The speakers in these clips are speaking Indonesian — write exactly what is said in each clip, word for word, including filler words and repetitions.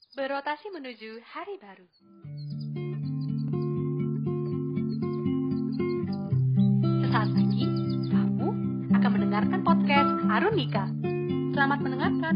Berotasi menuju hari baru. Sesaat lagi, kamu akan mendengarkan podcast Arunika. Selamat mendengarkan.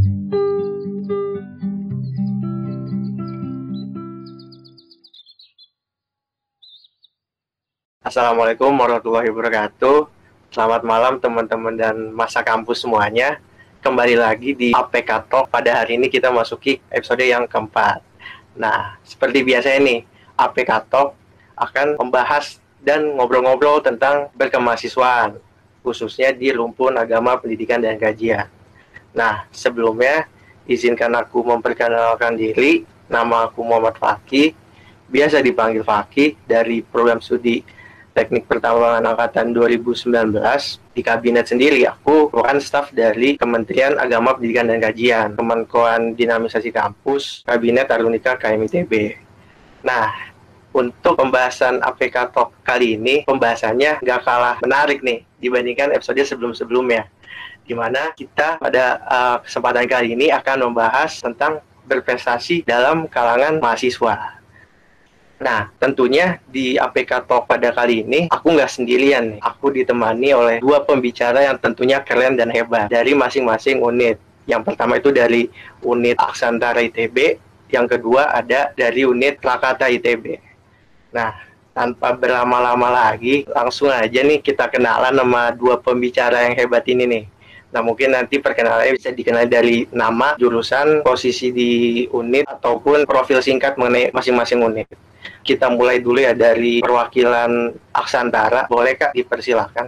Assalamualaikum warahmatullahi wabarakatuh. Selamat malam teman-teman dan masa kampus semuanya. Kembali lagi di A P K Talk. Pada hari ini kita masuki episode yang keempat. Nah, seperti biasa ini, A P K Talk akan membahas dan ngobrol-ngobrol tentang berkemahasiswaan, khususnya di rumpun agama, pendidikan, dan kajian. Nah, sebelumnya, izinkan aku memperkenalkan diri. Nama aku Muhammad Fakih, biasa dipanggil Fakih, dari program studi Teknik Pertambangan Angkatan dua ribu sembilan belas. Di kabinet sendiri, aku merupakan staf dari Kementerian Agama, Pendidikan, dan Kajian, Kemenkoan Dinamisasi Kampus, Kabinet Arunika K M I T B. Nah, untuk pembahasan A P K Talk kali ini, pembahasannya nggak kalah menarik nih dibandingkan episode sebelum-sebelumnya, di mana kita pada uh, kesempatan kali ini akan membahas tentang berprestasi dalam kalangan mahasiswa. Nah, tentunya di A P K Talk pada kali ini, aku nggak sendirian nih. Aku ditemani oleh dua pembicara yang tentunya keren dan hebat dari masing-masing unit. Yang pertama itu dari unit Aksantara I T B, yang kedua ada dari unit Rakata I T B. Nah, tanpa berlama-lama lagi, langsung aja nih kita kenalan sama dua pembicara yang hebat ini nih. Nah, mungkin nanti perkenalannya bisa dikenal dari nama, jurusan, posisi di unit, ataupun profil singkat mengenai masing-masing unit. Kita mulai dulu ya dari perwakilan Aksantara. Boleh Kak dipersilahkan?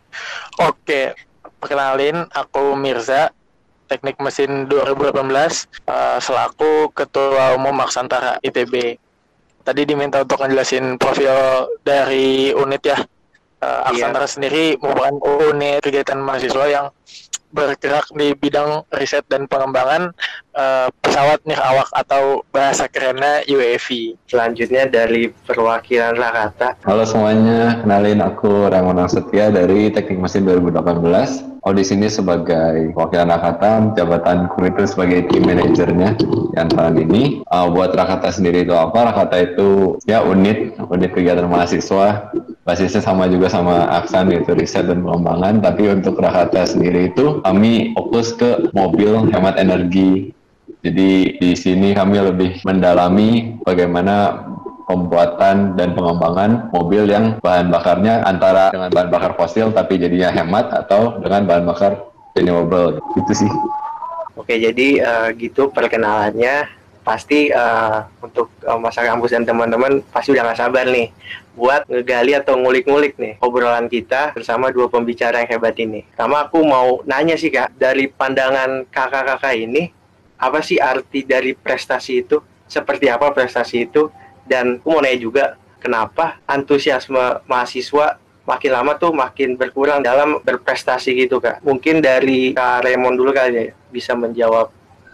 Oke, perkenalin aku Mirza, Teknik Mesin dua ribu delapan belas, uh, selaku Ketua Umum Aksantara I T B. Tadi diminta untuk ngejelasin profil dari unit ya. Uh, Aksantara iya. Sendiri merupakan unit kegiatan mahasiswa yang bergerak di bidang riset dan pengembangan uh, pesawat nirawak atau bahasa kerennya U A V. Selanjutnya dari perwakilan Rakata. Halo semuanya, kenalin aku Raymond Setia dari Teknik Mesin dua ribu delapan belas. Oh, di sini sebagai perwakilan Rakata, jabatanku itu sebagai team manajernya yang tahun ini. Uh, buat Rakata sendiri itu apa? Rakata itu ya unit, unit kegiatan mahasiswa. Basisnya sama juga sama Aksan, yaitu riset dan pengembangan. Tapi untuk Rakata sendiri itu kami fokus ke mobil hemat energi. Jadi di sini kami lebih mendalami bagaimana pembuatan dan pengembangan mobil yang bahan bakarnya antara dengan bahan bakar fosil tapi jadinya hemat atau dengan bahan bakar renewable. Itu sih. Oke, jadi uh, gitu perkenalannya. Pasti uh, untuk uh, masa kampus dan teman-teman pasti udah gak sabar nih buat ngegali atau ngulik-ngulik nih obrolan kita bersama dua pembicara yang hebat ini. Pertama aku mau nanya sih Kak, dari pandangan kakak-kakak ini, apa sih arti dari prestasi itu? Seperti apa prestasi itu? Dan aku mau nanya juga, kenapa antusiasme mahasiswa makin lama tuh makin berkurang dalam berprestasi gitu Kak? Mungkin dari Kak Raymond dulu kali ya, bisa menjawab.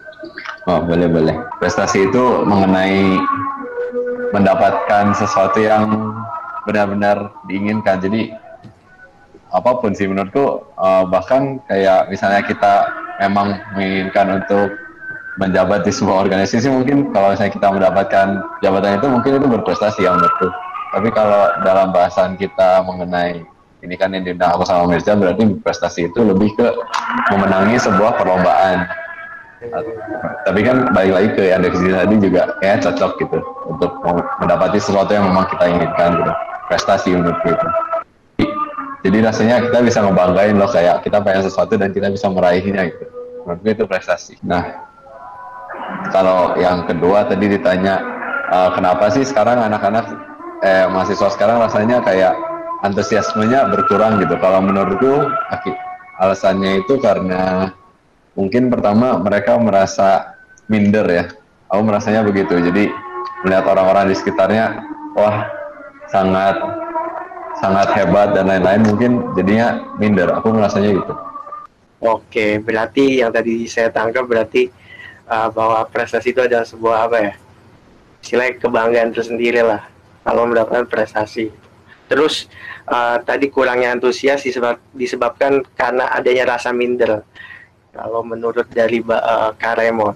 Oh, boleh-boleh. Prestasi itu mengenai mendapatkan sesuatu yang benar-benar diinginkan. Jadi apapun sih menurutku, uh, bahkan kayak misalnya kita memang menginginkan untuk menjabat di sebuah organisasi, mungkin kalau misalnya kita mendapatkan jabatan itu mungkin itu berprestasi ya menurutku. Tapi kalau dalam bahasan kita mengenai ini kan yang diundang aku sama Mirza, berarti prestasi itu lebih ke memenangi sebuah perlombaan. Tapi kan balik lagi ke yang definisi tadi juga kayak cocok gitu untuk mendapati sesuatu yang memang kita inginkan gitu. Prestasi menurutku itu. Jadi rasanya kita bisa ngebanggain loh, kayak kita pengen sesuatu dan kita bisa meraihnya gitu. Menurutku itu prestasi. Nah, kalau yang kedua tadi ditanya uh, kenapa sih sekarang anak-anak eh, mahasiswa sekarang rasanya kayak antusiasmenya berkurang gitu. Kalau menurutku alasannya itu karena mungkin pertama mereka merasa minder ya. Aku merasanya begitu. Jadi melihat orang-orang di sekitarnya, wah sangat sangat hebat dan lain-lain, mungkin jadinya minder. Aku merasanya gitu. Oke, berarti yang tadi saya tangkap berarti Uh, bahwa prestasi itu adalah sebuah apa ya, istilahnya kebanggaan tersendiri lah kalau mendapatkan prestasi. Terus uh, tadi kurangnya antusias disebab, disebabkan karena adanya rasa minder. Kalau menurut dari uh, Kak Raymond,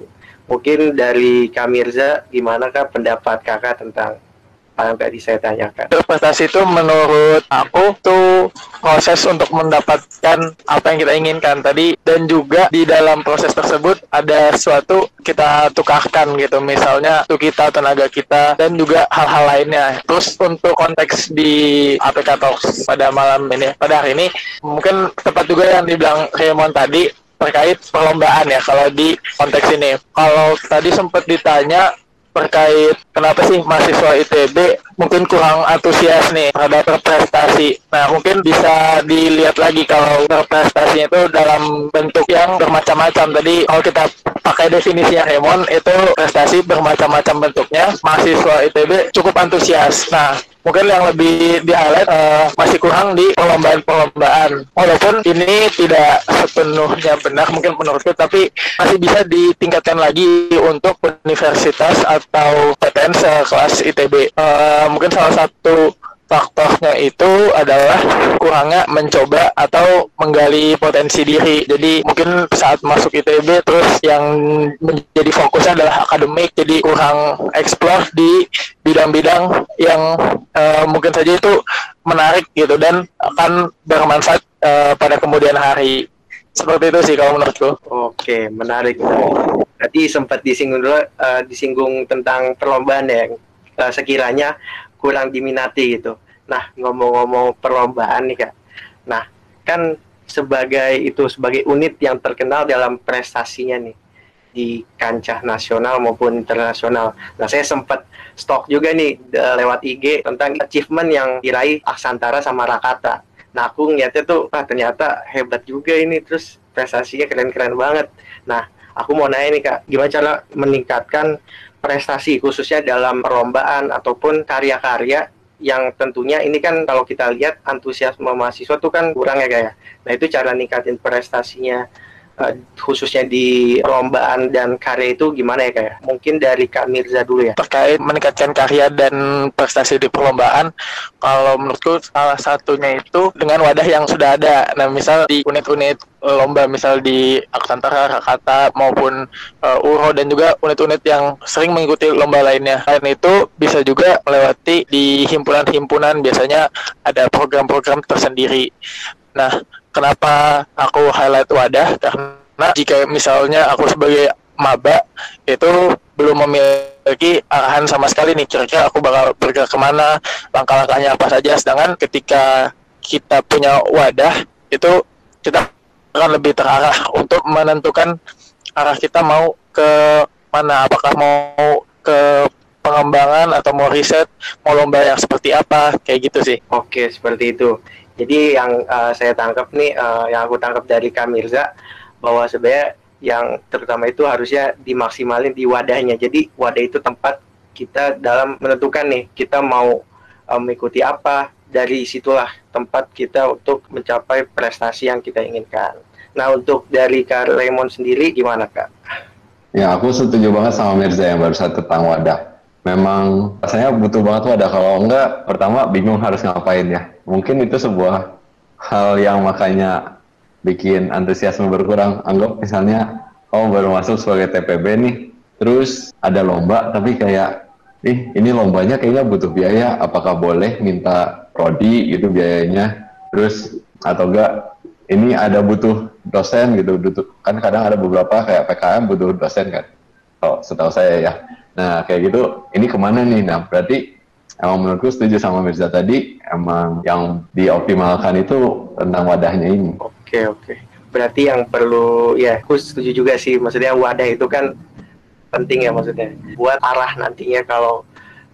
Mungkin dari Kak Mirza, gimana Kak pendapat Kakak tentang apa yang tadi saya tanyakan? Prestasi itu menurut aku tuh proses untuk mendapatkan apa yang kita inginkan tadi, dan juga di dalam proses tersebut ada sesuatu kita tukarkan gitu, misalnya tuh kita, tenaga kita, dan juga hal-hal lainnya. Terus untuk konteks di A P K Talks pada malam ini, pada hari ini, mungkin tepat juga yang dibilang Raymond tadi terkait perlombaan ya. Kalau di konteks ini, kalau tadi sempat ditanya terkait kenapa sih mahasiswa I T B mungkin kurang antusias nih terhadap berprestasi. Nah, mungkin bisa dilihat lagi kalau berprestasinya itu dalam bentuk yang bermacam-macam. Tadi kalau kita pakai definisinya Raymond, itu prestasi bermacam-macam bentuknya. Mahasiswa I T B cukup antusias. Nah, mungkin yang lebih di-highlight uh, masih kurang di perlombaan-perlombaan. Walaupun ini tidak sepenuhnya benar mungkin menurutku, tapi masih bisa ditingkatkan lagi untuk universitas atau P T N sekelas I T B. Uh, mungkin salah satu faktornya itu adalah kurangnya mencoba atau menggali potensi diri. Jadi mungkin saat masuk I T B terus yang menjadi fokusnya adalah akademik, jadi kurang explore di bidang-bidang yang uh, mungkin saja itu menarik gitu dan akan bermanfaat uh, pada kemudian hari. Seperti itu sih kalau menurutku. Oke, menarik. Tadi sempat disinggung dulu, uh, disinggung tentang perlombaan yang uh, sekiranya kurang diminati gitu. Nah, ngomong-ngomong perlombaan nih Kak. Nah, kan sebagai itu sebagai unit yang terkenal dalam prestasinya nih di kancah nasional maupun internasional. Nah, saya sempat stok juga nih lewat I G tentang achievement yang diraih Aksantara sama Rakata. Nah, aku ngeliatnya tuh, ah ternyata hebat juga ini, terus prestasinya keren-keren banget. Nah, aku mau nanya nih Kak, gimana cara meningkatkan prestasi khususnya dalam perlombaan ataupun karya-karya yang tentunya ini kan kalau kita lihat antusiasme mahasiswa tuh kan kurang ya Kak ya. Nah, itu cara ningkatin prestasinya uh, khususnya di perlombaan dan karya itu gimana ya Kak ya? Mungkin dari Kak Mirza dulu ya. Terkait meningkatkan karya dan prestasi di perlombaan, kalau menurutku salah satunya itu dengan wadah yang sudah ada. Nah, misal di unit-unit lomba, misal di Aksantara, Rakata maupun uh, U R O, dan juga unit-unit yang sering mengikuti lomba lainnya. Selain itu bisa juga melewati di himpunan-himpunan, biasanya ada program-program tersendiri. Nah, kenapa aku highlight wadah? Karena jika misalnya aku sebagai maba itu belum memiliki arahan sama sekali nih, kira-kira aku bakal bergerak kemana, langkah-langkahnya apa saja. Sedangkan ketika kita punya wadah, itu kita akan lebih terarah untuk menentukan arah kita mau ke mana, apakah mau ke pengembangan atau mau riset, mau lomba yang seperti apa, kayak gitu sih. Oke, seperti itu. Jadi yang uh, saya tangkap nih, uh, yang aku tangkap dari Kak Mirza, bahwa sebenarnya yang terutama itu harusnya dimaksimalin di wadahnya. Jadi wadah itu tempat kita dalam menentukan nih, kita mau uh, mengikuti apa, dari situlah tempat kita untuk mencapai prestasi yang kita inginkan. Nah, untuk dari Kak Raymond sendiri gimana Kak? Ya, aku setuju banget sama Mirza yang barusan tentang wadah. Memang rasanya butuh banget wadah, kalau enggak pertama bingung harus ngapain ya. Mungkin itu sebuah hal yang makanya bikin antusiasme berkurang. Anggap misalnya, oh baru masuk sebagai T P B nih, terus ada lomba tapi kayak, ih ini lombanya kayaknya butuh biaya, apakah boleh minta prodi gitu biayanya, terus atau enggak ini ada butuh dosen gitu, butuh, kan kadang ada beberapa kayak P K M butuh dosen kan, oh setahu saya ya. Nah kayak gitu, ini kemana nih? Nah berarti emang menurutku setuju sama Mirza tadi, emang yang dioptimalkan itu tentang wadahnya ini. Oke oke, berarti yang perlu, ya aku setuju juga sih, maksudnya wadah itu kan penting ya, maksudnya buat arah nantinya kalau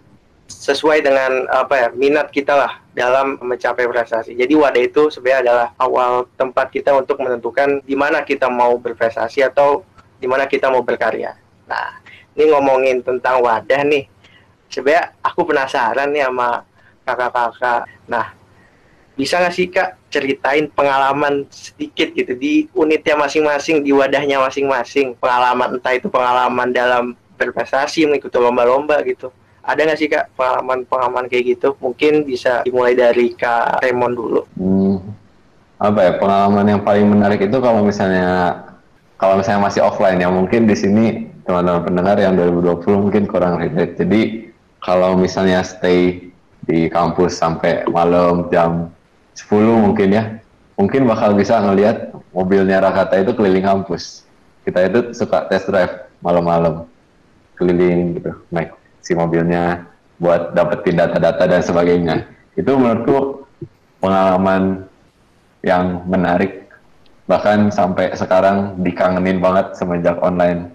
sesuai dengan apa ya minat kita lah dalam mencapai prestasi. Jadi wadah itu sebenarnya adalah awal tempat kita untuk menentukan di mana kita mau berprestasi atau di mana kita mau berkarya. Nah, ini ngomongin tentang wadah nih, sebenarnya aku penasaran nih sama kakak-kakak. Nah, bisa nggak sih Kak ceritain pengalaman sedikit gitu di unitnya masing-masing, di wadahnya masing-masing, pengalaman entah itu pengalaman dalam berprestasi, mengikuti lomba-lomba gitu. Ada nggak sih Kak pengalaman-pengalaman kayak gitu? Mungkin bisa dimulai dari Kak Raymond dulu. Hmm, apa ya, pengalaman yang paling menarik itu kalau misalnya kalau misalnya masih offline ya, mungkin di sini teman-teman pendengar yang dua ribu dua puluh mungkin kurang relate. Jadi kalau misalnya stay di kampus sampai malam jam sepuluh mungkin ya, mungkin bakal bisa ngelihat mobilnya Rakata itu keliling kampus. Kita itu suka test drive malam-malam keliling gitu, naik si mobilnya buat dapetin data-data dan sebagainya. Itu menurutku pengalaman yang menarik, bahkan sampai sekarang dikangenin banget semenjak online.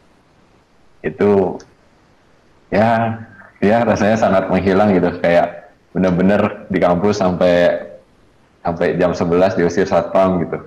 Itu ya ya rasanya sangat menghilang gitu, kayak bener-bener di kampus sampai sampai jam sebelas diusir satpam gitu.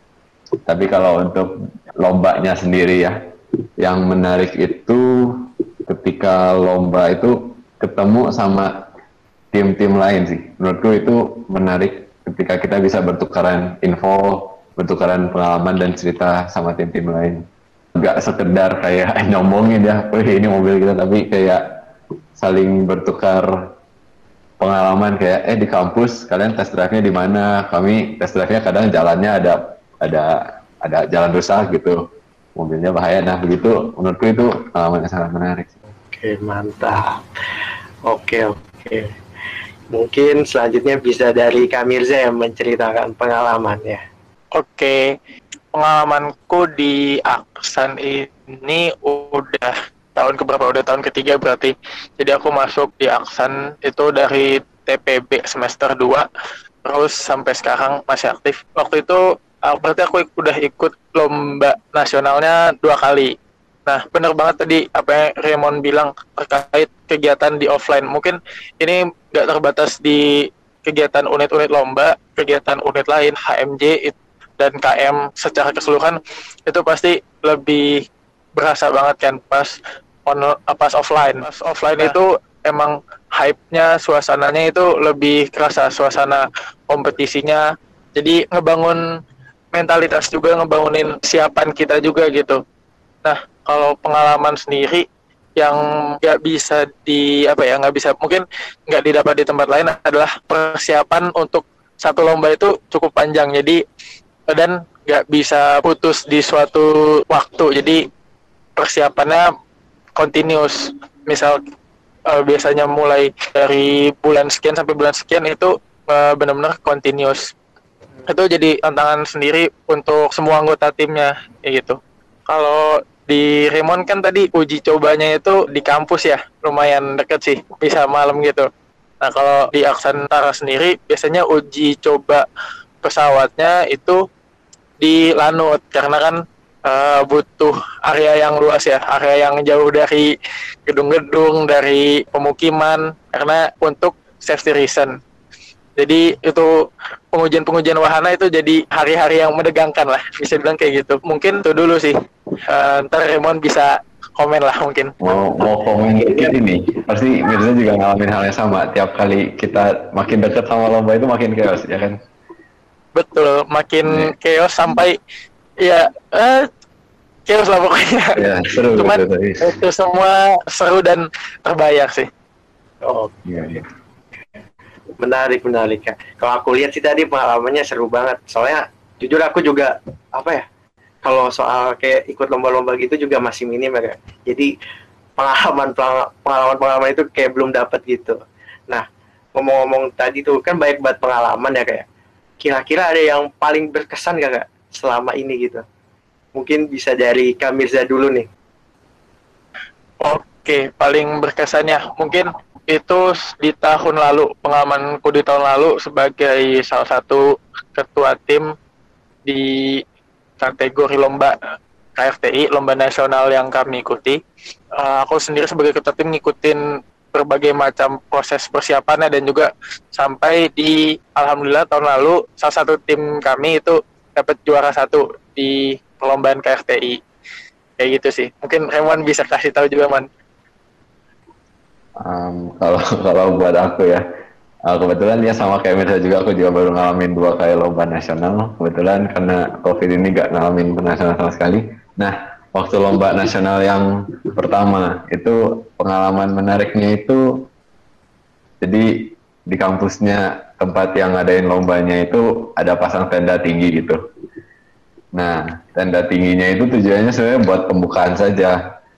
Tapi kalau untuk lombanya sendiri ya, yang menarik itu ketika lomba itu ketemu sama tim-tim lain sih. Menurutku itu menarik ketika kita bisa bertukaran info, bertukaran pengalaman dan cerita sama tim-tim lain. Gak sekedar kayak nyombongin ya, wih ini mobil kita, tapi kayak saling bertukar pengalaman kayak eh di kampus kalian test drive-nya di mana? Kami test drive-nya kadang jalannya ada ada ada jalan rusak gitu, mobilnya bahaya. Nah begitu, menurutku itu pengalaman yang sangat menarik. Oke, mantap. Oke, oke. Mungkin selanjutnya bisa dari Kak Mirza yang menceritakan pengalamannya. Oke, pengalamanku di Aksan ini udah tahun keberapa? Udah tahun ketiga berarti. Jadi aku masuk di Aksan itu dari T P B semester dua, terus sampai sekarang masih aktif. Waktu itu berarti aku udah ikut lomba nasionalnya dua kali. Nah, benar banget tadi apa yang Raymond bilang terkait kegiatan di offline. Mungkin ini nggak terbatas di kegiatan unit-unit lomba, kegiatan unit lain, H M J dan K M secara keseluruhan itu pasti lebih berasa banget kan pas on pas offline. Pas offline nah. Itu emang hype-nya, suasananya itu lebih kerasa, suasana kompetisinya. Jadi ngebangun mentalitas juga, ngebangunin siapan kita juga gitu. Nah, kalau pengalaman sendiri yang nggak bisa di apa ya nggak bisa mungkin nggak didapat di tempat lain adalah persiapan untuk satu lomba itu cukup panjang. Jadi dan nggak bisa putus di suatu waktu. Jadi persiapannya continuous. Misal uh, biasanya mulai dari bulan sekian sampai bulan sekian itu uh, benar-benar continuous. Itu jadi tantangan sendiri untuk semua anggota timnya kayak gitu. Kalau di Raymond kan tadi uji cobanya itu di kampus ya, lumayan deket sih, bisa malam gitu. Nah kalau di Aksantara sendiri biasanya uji coba pesawatnya itu di Lanut, karena kan uh, butuh area yang luas ya, area yang jauh dari gedung-gedung, dari pemukiman, karena untuk safety reason. Jadi itu pengujian-pengujian wahana itu jadi hari-hari yang menegangkan lah, bisa bilang kayak gitu. Mungkin itu dulu sih. Uh, ntar Raymond bisa komen lah mungkin. Mau mau komen dikit ini, pasti Mirza juga ngalamin hal yang sama. Tiap kali kita makin dekat sama lomba itu makin chaos, ya kan? Betul, makin yeah. chaos sampai ya uh, chaos lah pokoknya. Ya, seru. Cuman betul, betul. Itu semua seru dan terbayar sih. Oh, iya, iya. Menarik, menarik ya. Kalau aku lihat sih tadi pengalamannya seru banget. Soalnya jujur aku juga apa ya? Kalau soal kayak ikut lomba-lomba gitu juga masih minim ya. Jadi pengalaman pengalaman-pengalaman itu kayak belum dapat gitu. Nah, ngomong-ngomong tadi tuh kan banyak banget pengalaman ya kayak. Kira-kira ada yang paling berkesan gak Kak selama ini gitu? Mungkin bisa dari Kak Mirza dulu nih. Oke, paling berkesannya mungkin itu di tahun lalu, pengalamanku di tahun lalu sebagai salah satu ketua tim di kategori lomba K F T I, lomba nasional yang kami ikuti. Uh, aku sendiri sebagai ketua tim ngikutin berbagai macam proses persiapannya dan juga sampai di alhamdulillah tahun lalu salah satu tim kami itu dapat juara satu di perlombaan K F T I. Kayak gitu sih. Mungkin Raymond bisa kasih tahu juga, Man. Um, kalau kalau buat aku ya, uh, kebetulan ya sama kayak Mirza juga, aku juga baru ngalamin dua kali lomba nasional. Kebetulan karena COVID ini nggak ngalamin nasional sama sekali. Nah, waktu lomba nasional yang pertama itu pengalaman menariknya itu, jadi di kampusnya tempat yang ngadain lombanya itu ada pasang tenda tinggi gitu. Nah, tenda tingginya itu tujuannya sebenarnya buat pembukaan saja.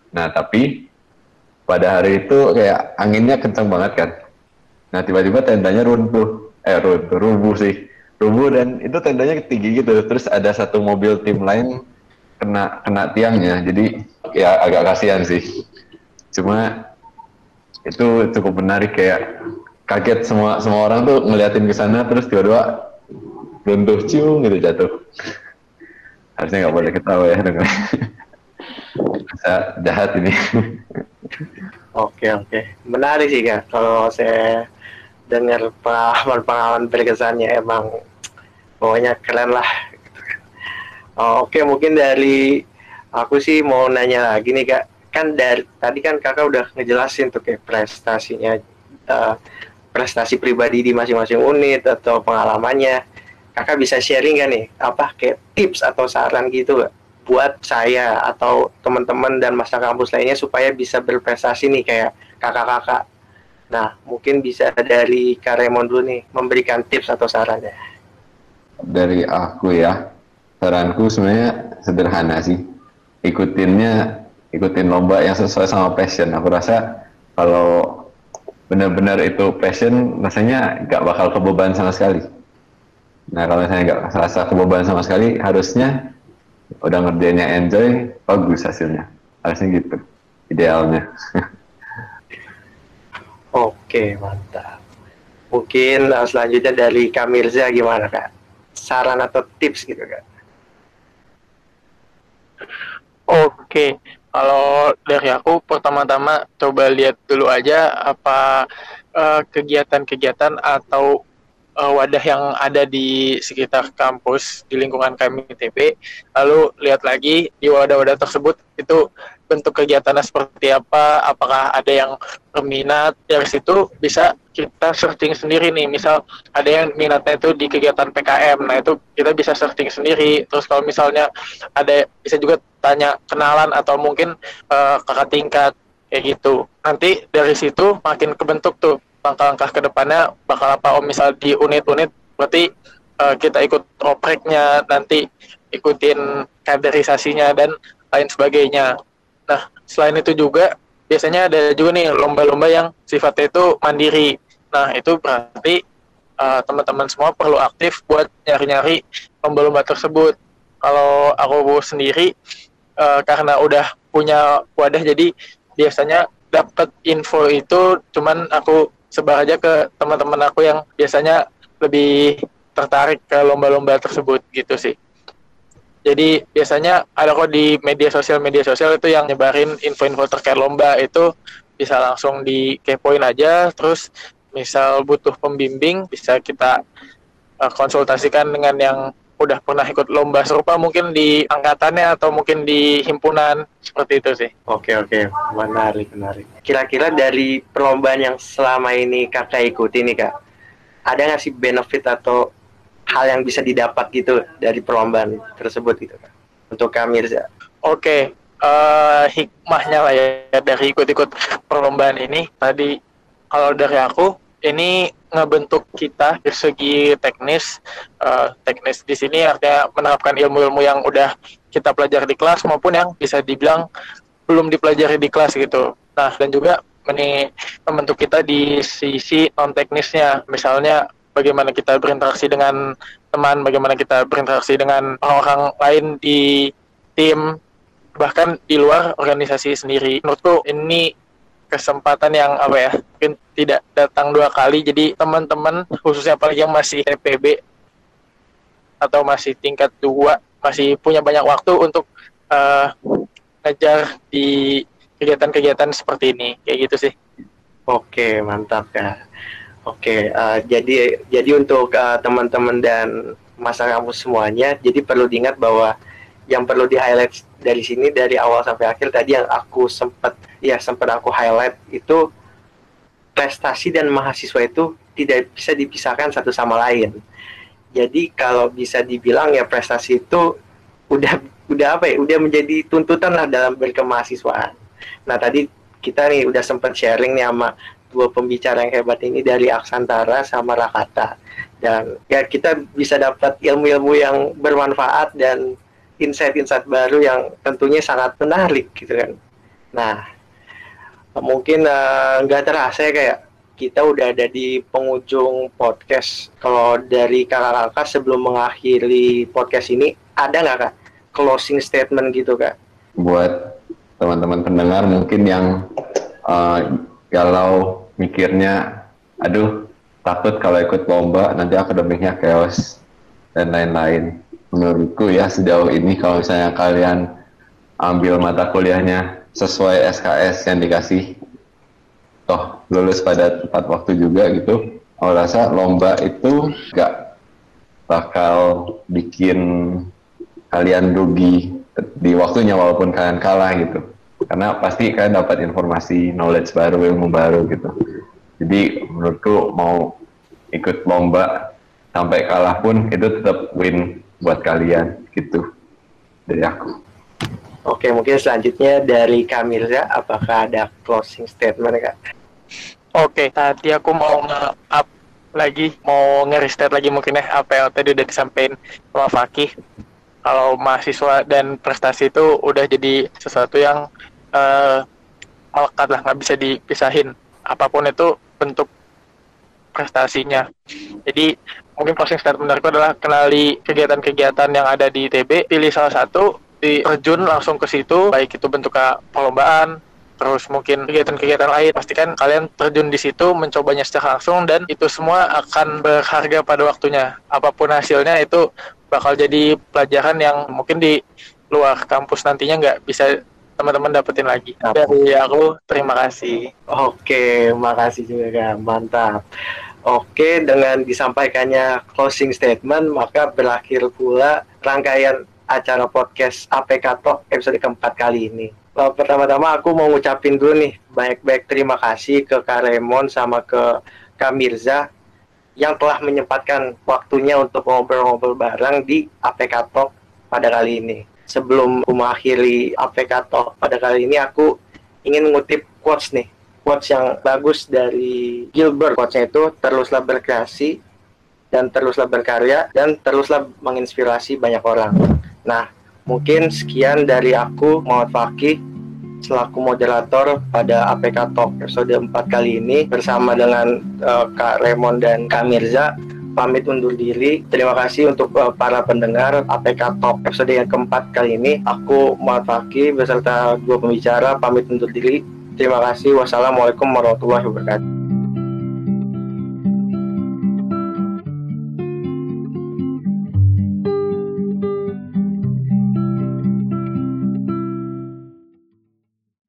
Nah tapi pada hari itu kayak anginnya kencang banget kan. Nah tiba-tiba tendanya runtuh, eh runtuh, rubuh sih, rubuh dan itu tendanya tinggi gitu. Terus ada satu mobil tim lain kena kena tiangnya, jadi ya agak kasihan sih. Cuma itu cukup menarik, kayak kaget semua semua orang tuh ngeliatin ke sana, terus tiba-tiba runtuh cium gitu jatuh. Harusnya nggak boleh ketawa ya dengan bisa jahat ini. Oke oke, menarik sih Kak. Kalau saya dengar pengalaman-pengalaman berkesannya emang pokoknya keren lah. Oh, oke, mungkin dari aku sih mau nanya lagi nih Kak. Kan dari tadi kan Kakak udah ngejelasin tuh kayak prestasinya, uh, prestasi pribadi di masing-masing unit atau pengalamannya. Kakak bisa sharing kan nih apa kayak tips atau saran gitu Kak, buat saya atau teman-teman dan masa kampus lainnya supaya bisa berprestasi nih kayak kakak-kakak. Nah, mungkin bisa dari Kak Raymond dulu nih memberikan tips atau sarannya. Dari aku ya, saranku sebenarnya sederhana sih. Ikutinnya, ikutin lomba yang sesuai sama passion. Aku rasa kalau benar-benar itu passion, rasanya nggak bakal kebeban sama sekali. Nah, kalau misalnya nggak rasa kebeban sama sekali, harusnya udah ngerjainnya enjoy, bagus hasilnya. Harusnya gitu, idealnya. Oke, mantap. Mungkin uh, selanjutnya dari Kak Mirza gimana Kak? Saran atau tips gitu Kak? Oke, kalau dari aku pertama-tama coba lihat dulu aja apa uh, kegiatan-kegiatan atau uh, wadah yang ada di sekitar kampus di lingkungan kami I T B. Lalu lihat lagi di wadah-wadah tersebut itu bentuk kegiatannya seperti apa, apakah ada yang berminat. Dari situ bisa kita searching sendiri nih, misal ada yang minatnya itu di kegiatan P K M, nah itu kita bisa searching sendiri. Terus kalau misalnya ada, bisa juga tanya kenalan atau mungkin uh, kakak tingkat, kayak gitu. Nanti dari situ makin kebentuk tuh langkah-langkah ke depannya bakal apa. Oh misal di unit-unit, berarti uh, kita ikut opreknya, nanti ikutin kaderisasinya dan lain sebagainya. Nah, selain itu juga, biasanya ada juga nih lomba-lomba yang sifatnya itu mandiri. Nah, itu berarti uh, teman-teman semua perlu aktif buat nyari-nyari lomba-lomba tersebut. Kalau aku sendiri, uh, karena udah punya wadah, jadi biasanya dapat info itu cuman aku sebar aja ke teman-teman aku yang biasanya lebih tertarik ke lomba-lomba tersebut, gitu sih. Jadi biasanya ada kok di media sosial media sosial itu yang nyebarin info-info terkait lomba, itu bisa langsung dikepoin aja. Terus misal butuh pembimbing bisa kita uh, konsultasikan dengan yang udah pernah ikut lomba serupa mungkin di angkatannya atau mungkin di himpunan, seperti itu sih. Oke oke, menarik menarik. Kira-kira dari perlombaan yang selama ini Kakak ikuti nih Kak, ada nggak sih benefit atau hal yang bisa didapat gitu dari perlombaan tersebut gitu Kak, untuk Kak Mirza? Oke, uh, hikmahnya lah ya dari ikut-ikut perlombaan ini. Tadi kalau dari aku, ini ngebentuk kita dari segi teknis. Uh, teknis di sini artinya menerapkan ilmu-ilmu yang udah kita pelajari di kelas maupun yang bisa dibilang belum dipelajari di kelas gitu. Nah, dan juga ini membentuk kita di sisi non-teknisnya. Misalnya bagaimana kita berinteraksi dengan teman, bagaimana kita berinteraksi dengan orang-orang lain di tim, bahkan di luar organisasi sendiri. Menurutku ini kesempatan yang apa ya, mungkin tidak datang dua kali. Jadi teman-teman, khususnya apalagi yang masih T P B atau masih tingkat dua, masih punya banyak waktu untuk uh, ngejar di kegiatan-kegiatan seperti ini, kayak gitu sih. Oke, mantap Kak. Oke, uh, jadi jadi untuk uh, teman-teman dan masa kampus semuanya, jadi perlu diingat bahwa yang perlu di highlight dari sini dari awal sampai akhir tadi yang aku sempat ya sempat aku highlight itu, prestasi dan mahasiswa itu tidak bisa dipisahkan satu sama lain. Jadi kalau bisa dibilang ya prestasi itu udah udah apa ya, udah menjadi tuntutan lah dalam berkemahasiswaan. Nah tadi kita nih udah sempat sharing nih sama dua pembicara yang hebat ini dari Aksantara sama Rakata, dan ya kita bisa dapat ilmu-ilmu yang bermanfaat dan insight-insight baru yang tentunya sangat menarik gitu kan. Nah, mungkin eh, nggak terasa ya kayak kita udah ada di penghujung podcast. Kalau dari kakak-kakak sebelum mengakhiri podcast ini, ada nggak kak closing statement gitu kak? Buat teman-teman pendengar mungkin yang uh, galau mikirnya, aduh takut kalau ikut lomba nanti akademiknya chaos dan lain-lain. Menurutku ya sejauh ini kalau misalnya kalian ambil mata kuliahnya sesuai S K S yang dikasih, toh lulus pada tepat waktu juga gitu, aku rasa lomba itu gak bakal bikin kalian rugi di waktunya walaupun kalian kalah gitu, karena pasti kalian dapat informasi, knowledge baru, ilmu baru gitu. Jadi menurutku mau ikut lomba sampai kalah pun itu tetap win buat kalian gitu dari aku. Oke, mungkin selanjutnya dari Kamirza, apakah ada closing statement kak? Oke, tadi aku mau nge-up lagi, mau nge-restate lagi mungkin ya apa yang tadi udah disampaikan sama Fakih. Kalau mahasiswa dan prestasi itu udah jadi sesuatu yang uh, melekat lah, nggak bisa dipisahin. Apapun itu bentuk prestasinya. Jadi mungkin closing statement menarikku adalah kenali kegiatan-kegiatan yang ada di I T B, pilih salah satu, terjun langsung ke situ, baik itu bentuknya perlombaan, terus mungkin kegiatan-kegiatan lain. Pastikan kalian terjun di situ, mencobanya secara langsung, dan itu semua akan berharga pada waktunya. Apapun hasilnya itu bakal jadi pelajaran yang mungkin di luar kampus nantinya nggak bisa teman-teman dapetin lagi. Dari aku, terima kasih. Oke, makasih juga kak, mantap. Oke, dengan disampaikannya closing statement, maka berakhir pula rangkaian acara podcast A P K Talk episode keempat kali ini. Uh, pertama-tama aku mau ngucapin dulu nih baik-baik terima kasih ke Kak Raymond sama ke Kak Mirza yang telah menyempatkan waktunya untuk ngobrol-ngobrol bareng di A P K Talk pada kali ini. Sebelum mengakhiri A P K Talk pada kali ini, aku ingin mengutip quotes nih, quotes yang bagus dari Gilbert. Quotesnya itu, teruslah berkreasi dan teruslah berkarya dan teruslah menginspirasi banyak orang. Nah, mungkin sekian dari aku, Muhammad Fakih, selaku moderator pada A P K Talk episode empat kali ini bersama dengan uh, Kak Raymond dan Kak Mirza. Pamit undur diri. Terima kasih untuk uh, para pendengar A P K Talk episode yang keempat kali ini. Aku Muhammad Fakih beserta dua pembicara pamit undur diri. Terima kasih. Wassalamualaikum warahmatullahi wabarakatuh.